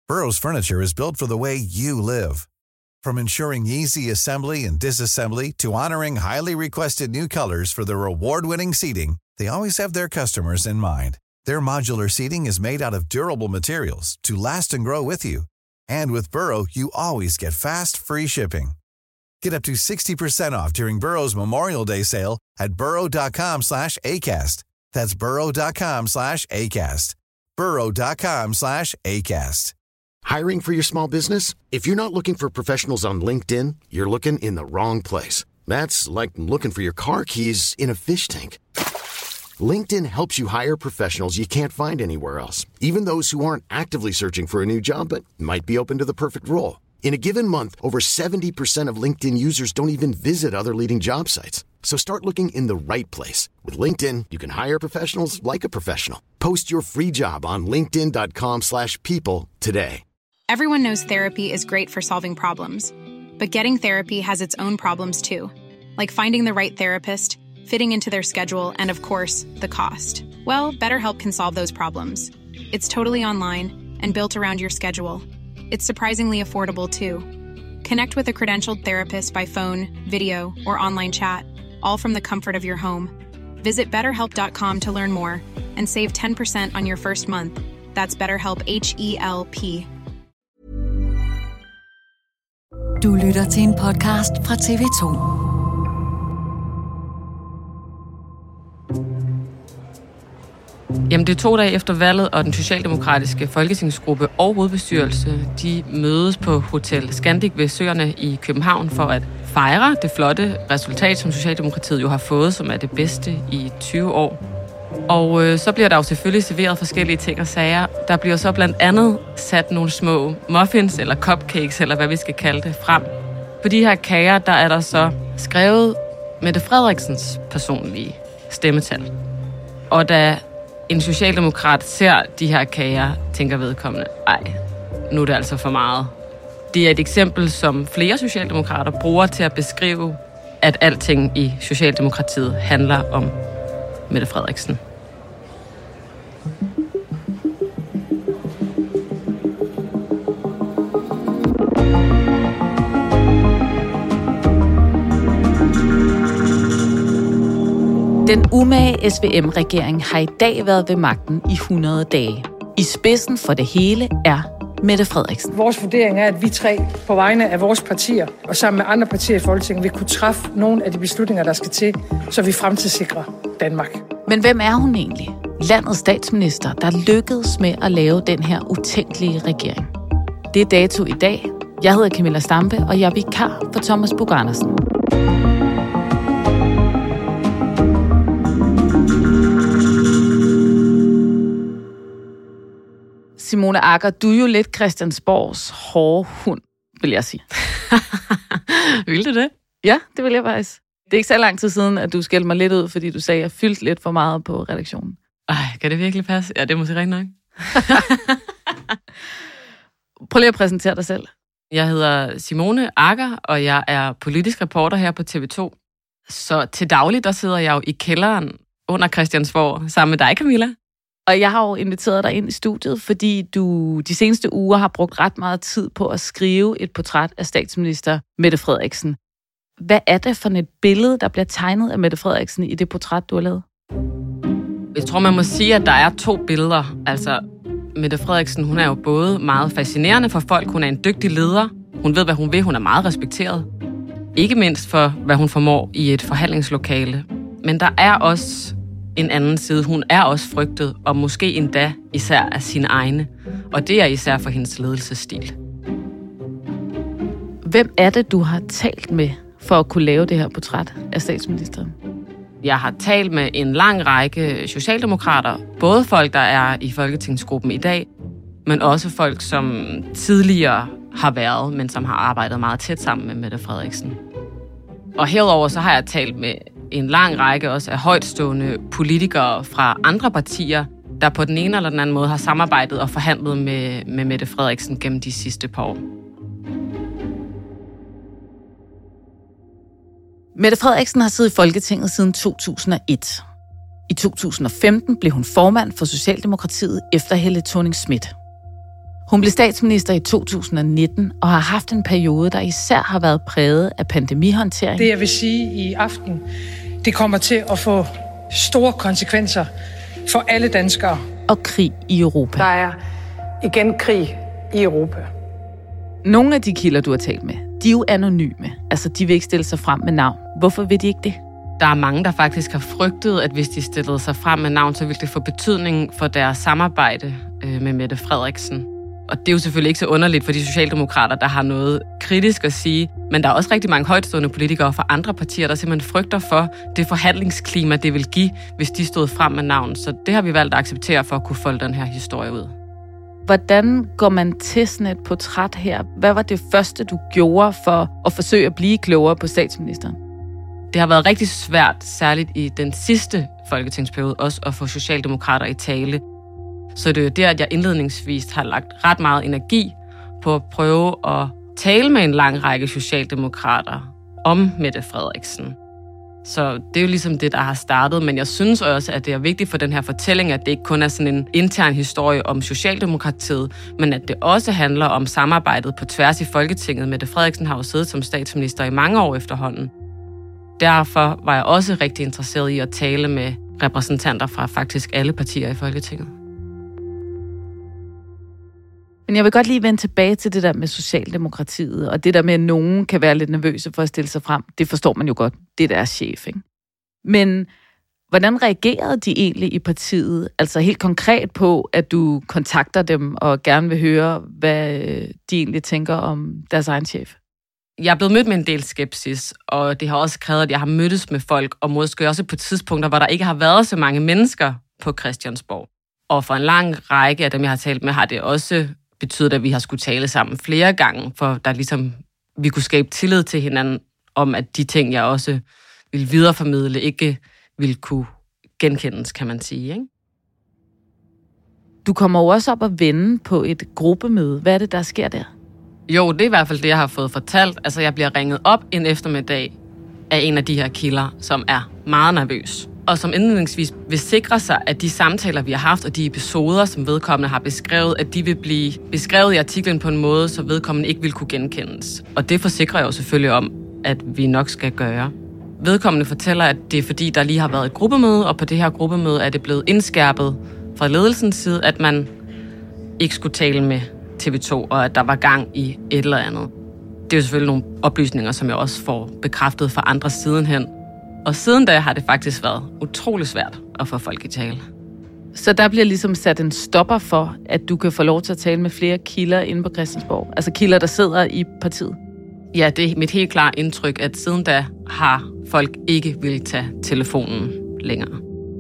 Burrow's furniture is built for the way you live. From ensuring easy assembly and disassembly to honoring highly requested new colors for their award-winning seating, they always have their customers in mind. Their modular seating is made out of durable materials to last and grow with you. And with Burrow, you always get fast, free shipping. Get up to 60% off during Burrow's Memorial Day sale at burrow.com/ACAST. That's burrow.com/ACAST. burrow.com/ACAST. Hiring for your small business? If you're not looking for professionals on LinkedIn, you're looking in the wrong place. That's like looking for your car keys in a fish tank. LinkedIn helps you hire professionals you can't find anywhere else, even those who aren't actively searching for a new job but might be open to the perfect role. In a given month, over 70% of LinkedIn users don't even visit other leading job sites. So start looking in the right place. With LinkedIn, you can hire professionals like a professional. Post your free job on linkedin.com/people today. Everyone knows therapy is great for solving problems, but getting therapy has its own problems too, like finding the right therapist, fitting into their schedule, and of course, the cost. Well, BetterHelp can solve those problems. It's totally online and built around your schedule. It's surprisingly affordable too. Connect with a credentialed therapist by phone, video, or online chat, all from the comfort of your home. Visit BetterHelp.com to learn more and save 10% on your first month. That's BetterHelp, H-E-L-P. Du lytter til en podcast fra TV2. Jamen, det er 2 dage efter valget, og den socialdemokratiske folketingsgruppe og hovedbestyrelse, de mødes på Hotel Scandic ved Søerne i København for at fejre det flotte resultat, som Socialdemokratiet jo har fået, som er det bedste i 20 år. Og så bliver der jo selvfølgelig serveret forskellige ting og sager. Der bliver så blandt andet sat nogle små muffins eller cupcakes, eller hvad vi skal kalde det, frem. På de her kager, der er der så skrevet Mette Frederiksens personlige stemmetal. Og da en socialdemokrat ser de her kager, tænker vedkommende, ej, nu er det altså for meget. Det er et eksempel, som flere socialdemokrater bruger til at beskrive, at alting i Socialdemokratiet handler om Mette Frederiksen. Den umage SVM-regering har i dag været ved magten i 100 dage. I spidsen for det hele er Mette Frederiksen. Vores vurdering er, at vi 3 på vegne af vores partier og sammen med andre partier i Folketinget vil kunne træffe nogle af de beslutninger, der skal til, så vi fremtidssikrer Danmark. Men hvem er hun egentlig? Landets statsminister, der lykkedes med at lave den her utænkelige regering. Det er dato i dag. Jeg hedder Camilla Stampe, og jeg er vikar for Thomas Buch-Andersen. Simone Agger, du er jo lidt Christiansborgs hårde hund, vil jeg sige. Vil du det? Ja, det vil jeg faktisk. Det er ikke så lang tid siden, at du skældte mig lidt ud, fordi du sagde, at jeg fyldte lidt for meget på redaktionen. Ej, kan det virkelig passe? Ja, det er måske rigtig nok. Prøv lige at præsentere dig selv. Jeg hedder Simone Agger, og jeg er politisk reporter her på TV2. Så til daglig, der sidder jeg jo i kælderen under Christiansborg sammen med dig, Camilla. Og jeg har jo inviteret dig ind i studiet, fordi du de seneste uger har brugt ret meget tid på at skrive et portræt af statsminister Mette Frederiksen. Hvad er det for et billede, der bliver tegnet af Mette Frederiksen i det portræt, du har lavet? Jeg tror, man må sige, at der er 2 billeder. Altså, Mette Frederiksen, hun er jo både meget fascinerende for folk. Hun er en dygtig leder. Hun ved, hvad hun vil. Hun er meget respekteret. Ikke mindst for, hvad hun formår i et forhandlingslokale. Men der er også en anden side. Hun er også frygtet, og måske endda især af sine egne. Og det er især for hendes ledelsesstil. Hvem er det, du har talt med for at kunne lave det her portræt af statsministeren? Jeg har talt med en lang række socialdemokrater, både folk, der er i folketingsgruppen i dag, men også folk, som tidligere har været, men som har arbejdet meget tæt sammen med Mette Frederiksen. Og herudover så har jeg talt med en lang række også af højtstående politikere fra andre partier, der på den ene eller den anden måde har samarbejdet og forhandlet med Mette Frederiksen gennem de sidste par år. Mette Frederiksen har siddet i Folketinget siden 2001. I 2015 blev hun formand for Socialdemokratiet efter Helle Thorning-Schmidt. Hun blev statsminister i 2019 og har haft en periode, der især har været præget af pandemihåndtering. Det jeg vil sige i aften, det kommer til at få store konsekvenser for alle danskere. Og krig i Europa. Der er igen krig i Europa. Nogle af de kilder, du har talt med, de er jo anonyme. Altså, de vil ikke stille sig frem med navn. Hvorfor vil de ikke det? Der er mange, der faktisk har frygtet, at hvis de stillede sig frem med navn, så ville det få betydning for deres samarbejde med Mette Frederiksen. Og det er jo selvfølgelig ikke så underligt for de socialdemokrater, der har noget kritisk at sige. Men der er også rigtig mange højtstående politikere fra andre partier, der simpelthen frygter for det forhandlingsklima, det vil give, hvis de stod frem med navn. Så det har vi valgt at acceptere for at kunne folde den her historie ud. Hvordan går man til sådan et portræt her? Hvad var det første, du gjorde for at forsøge at blive klogere på statsministeren? Det har været rigtig svært, særligt i den sidste folketingsperiode, også at få socialdemokrater i tale. Så det er jo der, at jeg indledningsvis har lagt ret meget energi på at prøve at tale med en lang række socialdemokrater om Mette Frederiksen. Så det er jo ligesom det, der har startet, men jeg synes også, at det er vigtigt for den her fortælling, at det ikke kun er sådan en intern historie om Socialdemokratiet, men at det også handler om samarbejdet på tværs i Folketinget. Mette Frederiksen har jo siddet som statsminister i mange år efterhånden. Derfor var jeg også rigtig interesseret i at tale med repræsentanter fra faktisk alle partier i Folketinget. Men jeg vil godt lige vende tilbage til det der med Socialdemokratiet, og det der med, at nogen kan være lidt nervøse for at stille sig frem. Det forstår man jo godt. Det er deres chef, ikke? Men hvordan reagerede de egentlig i partiet? Altså helt konkret på, at du kontakter dem og gerne vil høre, hvad de egentlig tænker om deres egen chef? Jeg er blevet mødt med en del skepsis, og det har også krævet, at jeg har mødtes med folk, og måske også på tidspunkter, hvor der ikke har været så mange mennesker på Christiansborg. Og for en lang række af dem, jeg har talt med, har det også betydet, at vi har skulle tale sammen flere gange, for der ligesom, vi kunne skabe tillid til hinanden om, at de ting, jeg også ville videreformidle, ikke ville kunne genkendes, kan man sige, ikke? Du kommer jo også op og vende på et gruppemøde. Hvad er det, der sker der? Jo, det er i hvert fald det, jeg har fået fortalt. Altså, jeg bliver ringet op en eftermiddag af en af de her kilder, som er meget nervøs. Og som indledningsvis vil sikre sig, at de samtaler, vi har haft, og de episoder, som vedkommende har beskrevet, at de vil blive beskrevet i artiklen på en måde, så vedkommende ikke vil kunne genkendes. Og det forsikrer jeg jo selvfølgelig om, at vi nok skal gøre. Vedkommende fortæller, at det er fordi, der lige har været et gruppemøde, og på det her gruppemøde er det blevet indskærpet fra ledelsens side, at man ikke skulle tale med TV2, og at der var gang i et eller andet. Det er jo selvfølgelig nogle oplysninger, som jeg også får bekræftet fra andre sidenhen. Og siden da har det faktisk været utrolig svært at få folk i tale. Så der bliver ligesom sat en stopper for, at du kan få lov til at tale med flere kilder inde på Christiansborg? Altså kilder, der sidder i partiet? Ja, det er mit helt klare indtryk, at siden da har folk ikke ville tage telefonen længere.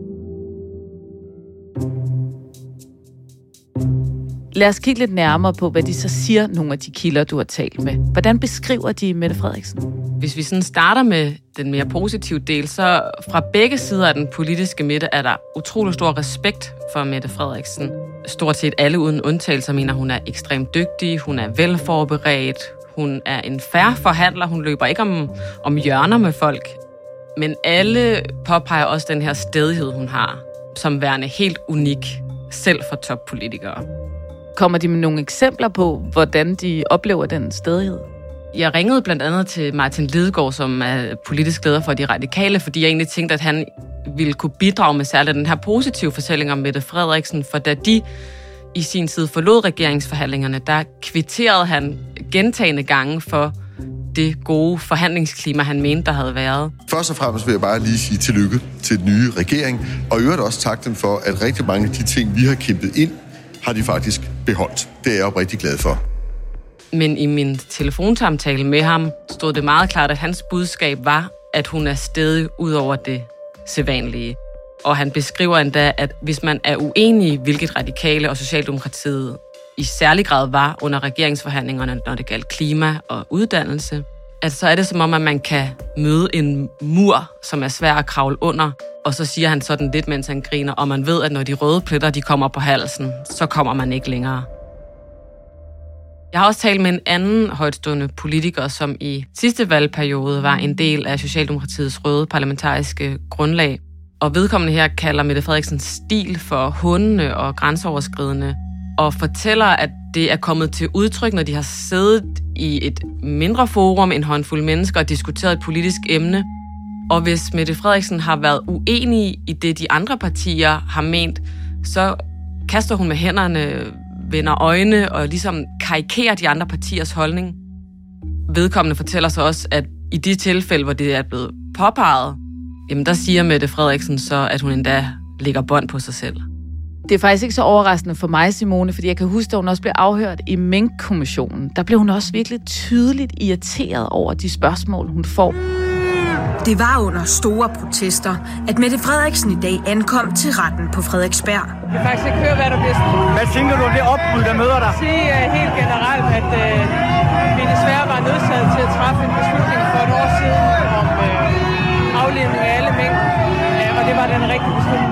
Lad os kigge lidt nærmere på, hvad de så siger, nogle af de kilder, du har talt med. Hvordan beskriver de Mette Frederiksen? Hvis vi sådan starter med den mere positive del, så fra begge sider af den politiske midte er der utrolig stor respekt for Mette Frederiksen. Stort set alle uden undtagelser mener, hun er ekstremt dygtig, hun er velforberedt, hun er en fair forhandler, hun løber ikke om hjørner med folk. Men alle påpeger også den her stædighed, hun har, som værende helt unik, selv for toppolitikere. Kommer de med nogle eksempler på, hvordan de oplever den stædighed? Jeg ringede blandt andet til Martin Lidegaard, som er politisk leder for De Radikale, fordi jeg egentlig tænkte, at han ville kunne bidrage med særligt den her positive fortælling om Mette Frederiksen, for da de i sin tid forlod regeringsforhandlingerne, der kvitterede han gentagne gange for det gode forhandlingsklima, han mente, der havde været. Først og fremmest vil jeg bare lige sige tillykke til den nye regering, og i øvrigt også takke dem for, at rigtig mange af de ting, vi har kæmpet ind, har de faktisk beholdt. Det er jeg oprigtig glad for. Men i min telefonsamtale med ham stod det meget klart, at hans budskab var, at hun er stædig ud over det sædvanlige. Og han beskriver endda, at hvis man er uenig, hvilket Radikale og Socialdemokratiet i særlig grad var under regeringsforhandlingerne, når det galt klima og uddannelse, at så er det som om, at man kan møde en mur, som er svær at kravle under, og så siger han sådan lidt, mens han griner, og man ved, at når de røde pletter, de kommer på halsen, så kommer man ikke længere. Jeg har også talt med en anden højtstående politiker, som i sidste valgperiode var en del af Socialdemokratiets røde parlamentariske grundlag. Og vedkommende her kalder Mette Frederiksens stil for hundende og grænseoverskridende. og fortæller, at det er kommet til udtryk, når de har siddet i et mindre forum, en håndfuld mennesker, og diskuteret et politisk emne. Og hvis Mette Frederiksen har været uenig i det, de andre partier har ment, så kaster hun med hænderne, vender øjne og ligesom karikerer de andre partiers holdning. Vedkommende fortæller så også, at i de tilfælde, hvor det er blevet påpeget, jamen der siger Mette Frederiksen så, at hun endda lægger bånd på sig selv. Det er faktisk ikke så overraskende for mig, Simone, fordi jeg kan huske, at hun også blev afhørt i Mink-kommissionen. Der blev hun også virkelig tydeligt irriteret over de spørgsmål, hun får. Det var under store protester, at Mette Frederiksen i dag ankom til retten på Frederiksberg. Jeg kan faktisk ikke høre, hvad der bliver sagt. Hvad tænker du om det opbrud, der møder dig? Sige helt generelt, at vi desværre var nødsaget til at træffe en beslutning for et år siden om aflivning af alle mink, og det var den rigtige beslutning.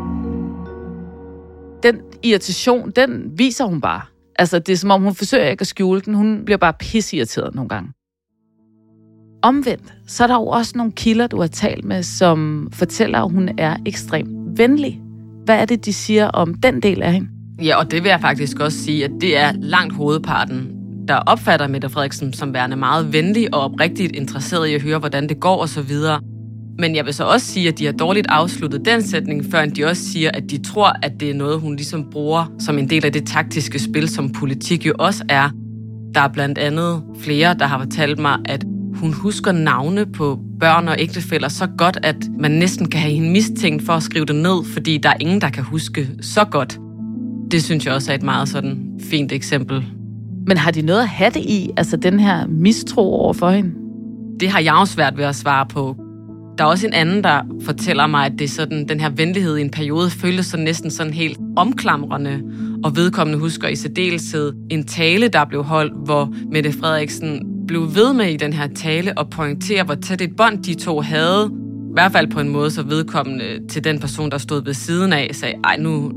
Den irritation, den viser hun bare. Altså, det er som om, hun forsøger ikke at skjule den. Hun bliver bare pisseirriteret nogle gange. Omvendt, så er der jo også nogle kilder, du har talt med, som fortæller, at hun er ekstremt venlig. Hvad er det, de siger om den del af hende? Ja, og det vil jeg faktisk også sige, at det er langt hovedparten, der opfatter Mette Frederiksen som værende meget venlig og oprigtigt interesseret i at høre, hvordan det går osv. Men jeg vil så også sige, at de har dårligt afsluttet den sætning, før de også siger, at de tror, at det er noget, hun ligesom bruger som en del af det taktiske spil, som politik jo også er. Der er blandt andet flere, der har fortalt mig, at hun husker navne på børn og ægtefæller så godt, at man næsten kan have hende mistænkt for at skrive det ned, fordi der er ingen, der kan huske så godt. Det synes jeg også er et meget sådan fint eksempel. Men har de noget at have det i, altså den her mistro over for hende? Det har jeg jo svært ved at svare på. Der er også en anden, der fortæller mig, at det er sådan, den her venlighed i en periode føles så næsten sådan helt omklamrende, og vedkommende husker i særdeleshed en tale, der blev holdt, hvor Mette Frederiksen blev ved med i den her tale og pointere, hvor tæt et bånd de to havde. I hvert fald på en måde, så vedkommende til den person, der stod ved siden af, sagde, ej,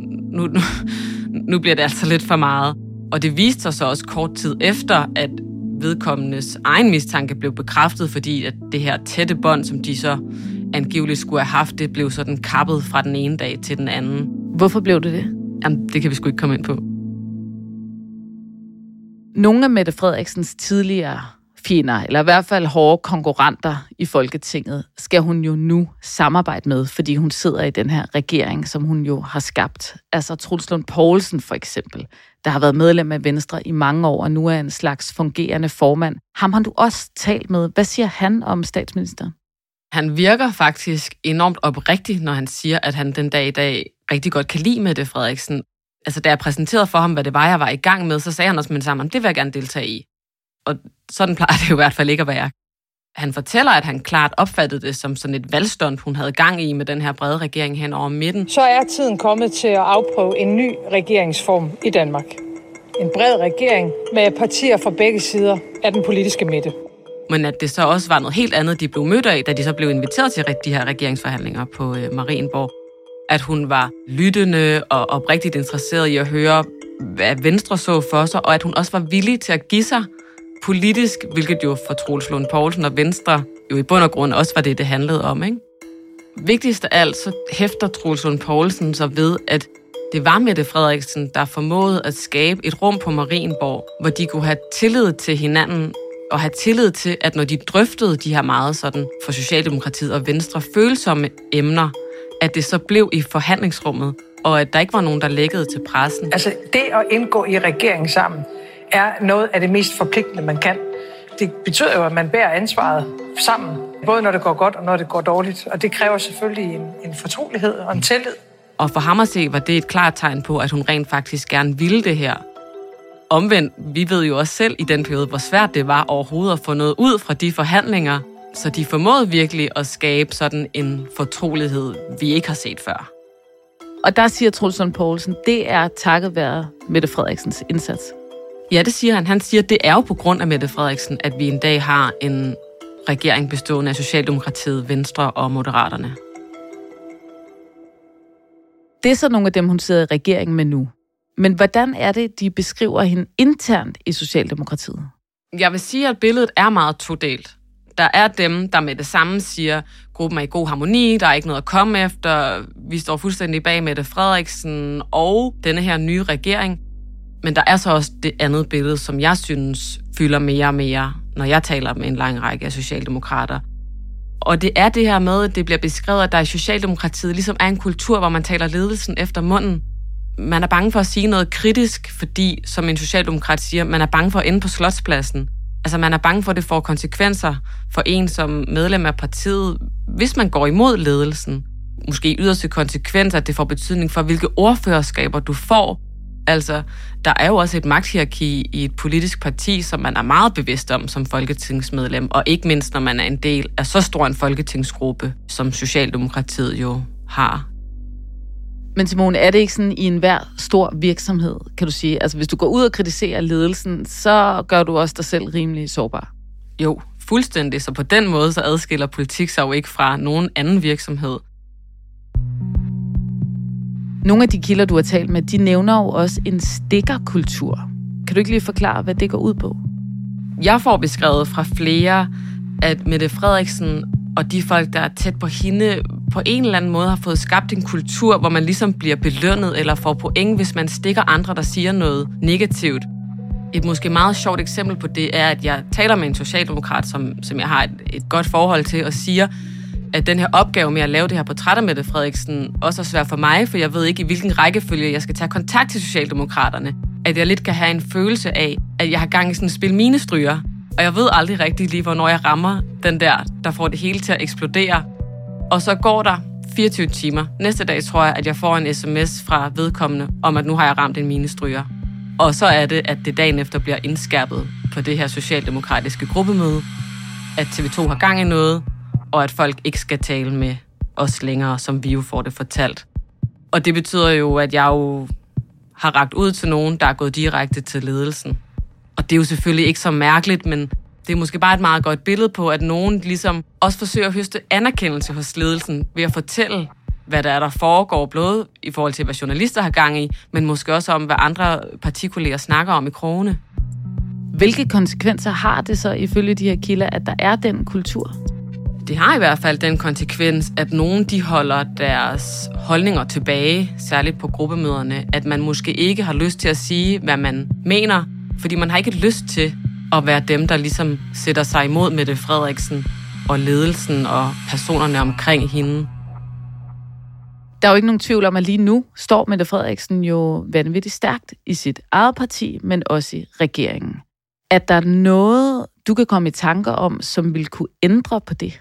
nu bliver det altså lidt for meget. Og det viste sig så også kort tid efter, at vedkommendes egen mistanke blev bekræftet, fordi at det her tætte bånd, som de så angiveligt skulle have haft, det blev sådan kappet fra den ene dag til den anden. Hvorfor blev det det? Jamen, det kan vi sgu ikke komme ind på. Nogle af Mette Frederiksens tidligere fjender, eller i hvert fald hårde konkurrenter i Folketinget, skal hun jo nu samarbejde med, fordi hun sidder i den her regering, som hun jo har skabt. Altså Troels Lund Poulsen for eksempel, der har været medlem af Venstre i mange år, og nu er en slags fungerende formand. Ham har du også talt med. Hvad siger han om statsministeren? Han virker faktisk enormt oprigtig, når han siger, at han den dag i dag rigtig godt kan lide Mette Frederiksen. Altså, da jeg præsenterede for ham, hvad det var, jeg var i gang med, så sagde han også med det samme, det vil jeg gerne deltage i. Og sådan plejer det jo i hvert fald ikke at være. Han fortæller, at han klart opfattede det som sådan et valgstunt, hun havde gang i med den her brede regering hen over midten. Så er tiden kommet til at afprøve en ny regeringsform i Danmark. En bred regering med partier fra begge sider af den politiske midte. Men at det så også var noget helt andet, de blev mødt af, da de så blev inviteret til de her regeringsforhandlinger på Marienborg. At hun var lyttende og oprigtigt interesseret i at høre, hvad Venstre så for sig, og at hun også var villig til at give sig politisk, hvilket jo for Troels Lund Poulsen og Venstre jo i bund og grund også var det handlede om, ikke? Vigtigst af alt, så hæfter Troels Lund Poulsen så ved, at det var Mette Frederiksen, der formåede at skabe et rum på Marienborg, hvor de kunne have tillid til hinanden, og have tillid til, at når de drøftede de her meget sådan for Socialdemokratiet og Venstre følsomme emner, at det så blev i forhandlingsrummet, og at der ikke var nogen, der lækkede til pressen. Altså, det at indgå i regeringen sammen, er noget af det mest forpligtende, man kan. Det betyder jo, at man bærer ansvaret sammen, både når det går godt og når det går dårligt, og det kræver selvfølgelig en fortrolighed og en tillid. Og for ham at se, var det et klart tegn på, at hun rent faktisk gerne ville det her. Omvendt, vi ved jo også selv i den periode, hvor svært det var overhovedet at få noget ud fra de forhandlinger, så de formåede virkelig at skabe sådan en fortrolighed, vi ikke har set før. Og der siger Troels Lund Poulsen, det er takket være Mette Frederiksens indsats. Ja, det siger han. Han siger, at det er jo på grund af Mette Frederiksen, at vi en dag har en regering bestående af Socialdemokratiet, Venstre og Moderaterne. Det er så nogle af dem, hun sidder i regeringen med nu. Men hvordan er det, de beskriver hende internt i Socialdemokratiet? Jeg vil sige, at billedet er meget todelt. Der er dem, der med det samme siger, gruppen er i god harmoni, der er ikke noget at komme efter, vi står fuldstændig bag Mette Frederiksen og denne her nye regering. Men der er så også det andet billede, som jeg synes fylder mere og mere, når jeg taler med en lang række af socialdemokrater. Og det er det her med, at det bliver beskrevet, at der i Socialdemokratiet ligesom er en kultur, hvor man taler ledelsen efter munden. Man er bange for at sige noget kritisk, fordi, som en socialdemokrat siger, man er bange for at ende på Slotspladsen. Altså man er bange for, at det får konsekvenser for en som medlem af partiet, hvis man går imod ledelsen. Måske yderste konsekvenser, at det får betydning for, hvilke ordførerskaber du får. Altså, der er jo også et magthierarki i et politisk parti, som man er meget bevidst om som folketingsmedlem, og ikke mindst, når man er en del af så stor en folketingsgruppe, som Socialdemokratiet jo har. Men Simone, er det ikke sådan i enhver stor virksomhed, kan du sige? Altså, hvis du går ud og kritiserer ledelsen, så gør du også dig selv rimelig sårbar. Jo, fuldstændig. Så på den måde, så adskiller politik sig jo ikke fra nogen anden virksomhed. Nogle af de kilder, du har talt med, de nævner jo også en stikkerkultur. Kan du ikke lige forklare, hvad det går ud på? Jeg får beskrevet fra flere, at Mette Frederiksen og de folk, der er tæt på hende, på en eller anden måde har fået skabt en kultur, hvor man ligesom bliver belønnet eller får point, hvis man stikker andre, der siger noget negativt. Et måske meget sjovt eksempel på det er, at jeg taler med en socialdemokrat, som jeg har et godt forhold til, og siger, at den her opgave med at lave det her portræt af Mette Frederiksen også er svær for mig, for jeg ved ikke, i hvilken rækkefølge jeg skal tage kontakt til Socialdemokraterne. At jeg lidt kan have en følelse af, at jeg har gang i sådan et spil minestryger, og jeg ved aldrig rigtig lige, hvornår jeg rammer den der får det hele til at eksplodere. Og så går der 24 timer. Næste dag tror jeg, at jeg får en sms fra vedkommende om, at nu har jeg ramt en minestryger. Og så er det, at det dagen efter bliver indskærpet på det her socialdemokratiske gruppemøde, at TV2 har gang i noget, og at folk ikke skal tale med os længere, som vi jo får det fortalt. Og det betyder jo, at jeg jo har rakt ud til nogen, der er gået direkte til ledelsen. Og det er jo selvfølgelig ikke så mærkeligt, men det er måske bare et meget godt billede på, at nogen ligesom også forsøger at høste anerkendelse hos ledelsen ved at fortælle, hvad der foregår, både i forhold til, hvad journalister har gang i, men måske også om, hvad andre partikolleger snakker om i krogene. Hvilke konsekvenser har det så ifølge de her kilder, at der er den kultur? Det har i hvert fald den konsekvens, at nogen de holder deres holdninger tilbage, særligt på gruppemøderne, at man måske ikke har lyst til at sige, hvad man mener, fordi man har ikke lyst til at være dem, der ligesom sætter sig imod Mette Frederiksen og ledelsen og personerne omkring hende. Der er jo ikke nogen tvivl om, at lige nu står Mette Frederiksen jo vanvittigt stærkt i sit eget parti, men også i regeringen. Er der noget, du kan komme i tanker om, som vil kunne ændre på det?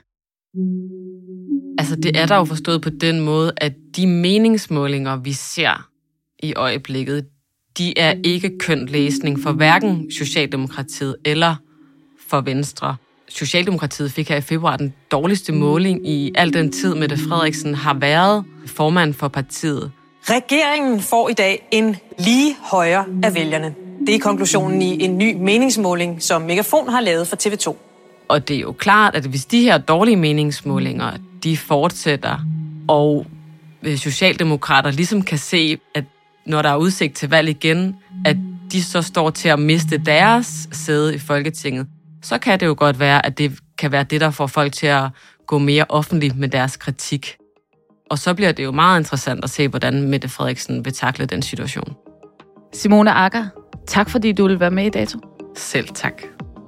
Altså, det er der jo forstået på den måde, at de meningsmålinger, vi ser i øjeblikket, de er ikke køn læsning for hverken Socialdemokratiet eller for Venstre. Socialdemokratiet fik her i februar den dårligste måling i al den tid, Mette Frederiksen har været formand for partiet. Regeringen får i dag en lige højre af vælgerne. Det er konklusionen i en ny meningsmåling, som Megafon har lavet for TV2. Og det er jo klart, at hvis de her dårlige meningsmålinger, de fortsætter, og socialdemokrater ligesom kan se, at når der er udsigt til valg igen, at de så står til at miste deres sæde i Folketinget, så kan det jo godt være, at det kan være det, der får folk til at gå mere offentligt med deres kritik. Og så bliver det jo meget interessant at se, hvordan Mette Frederiksen vil takle den situation. Simone Agger, tak fordi du ville være med i Dato. Selv tak.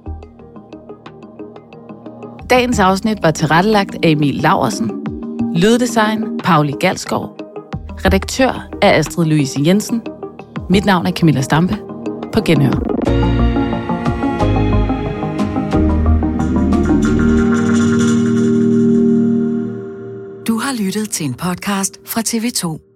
Dagens afsnit var tilrettelagt af Emil Laursen. Lyddesign, Pauli Galskov. Redaktør er Astrid Louise Jensen. Mit navn er Camilla Stampe. På genhør. Du har lyttet til en podcast fra TV2.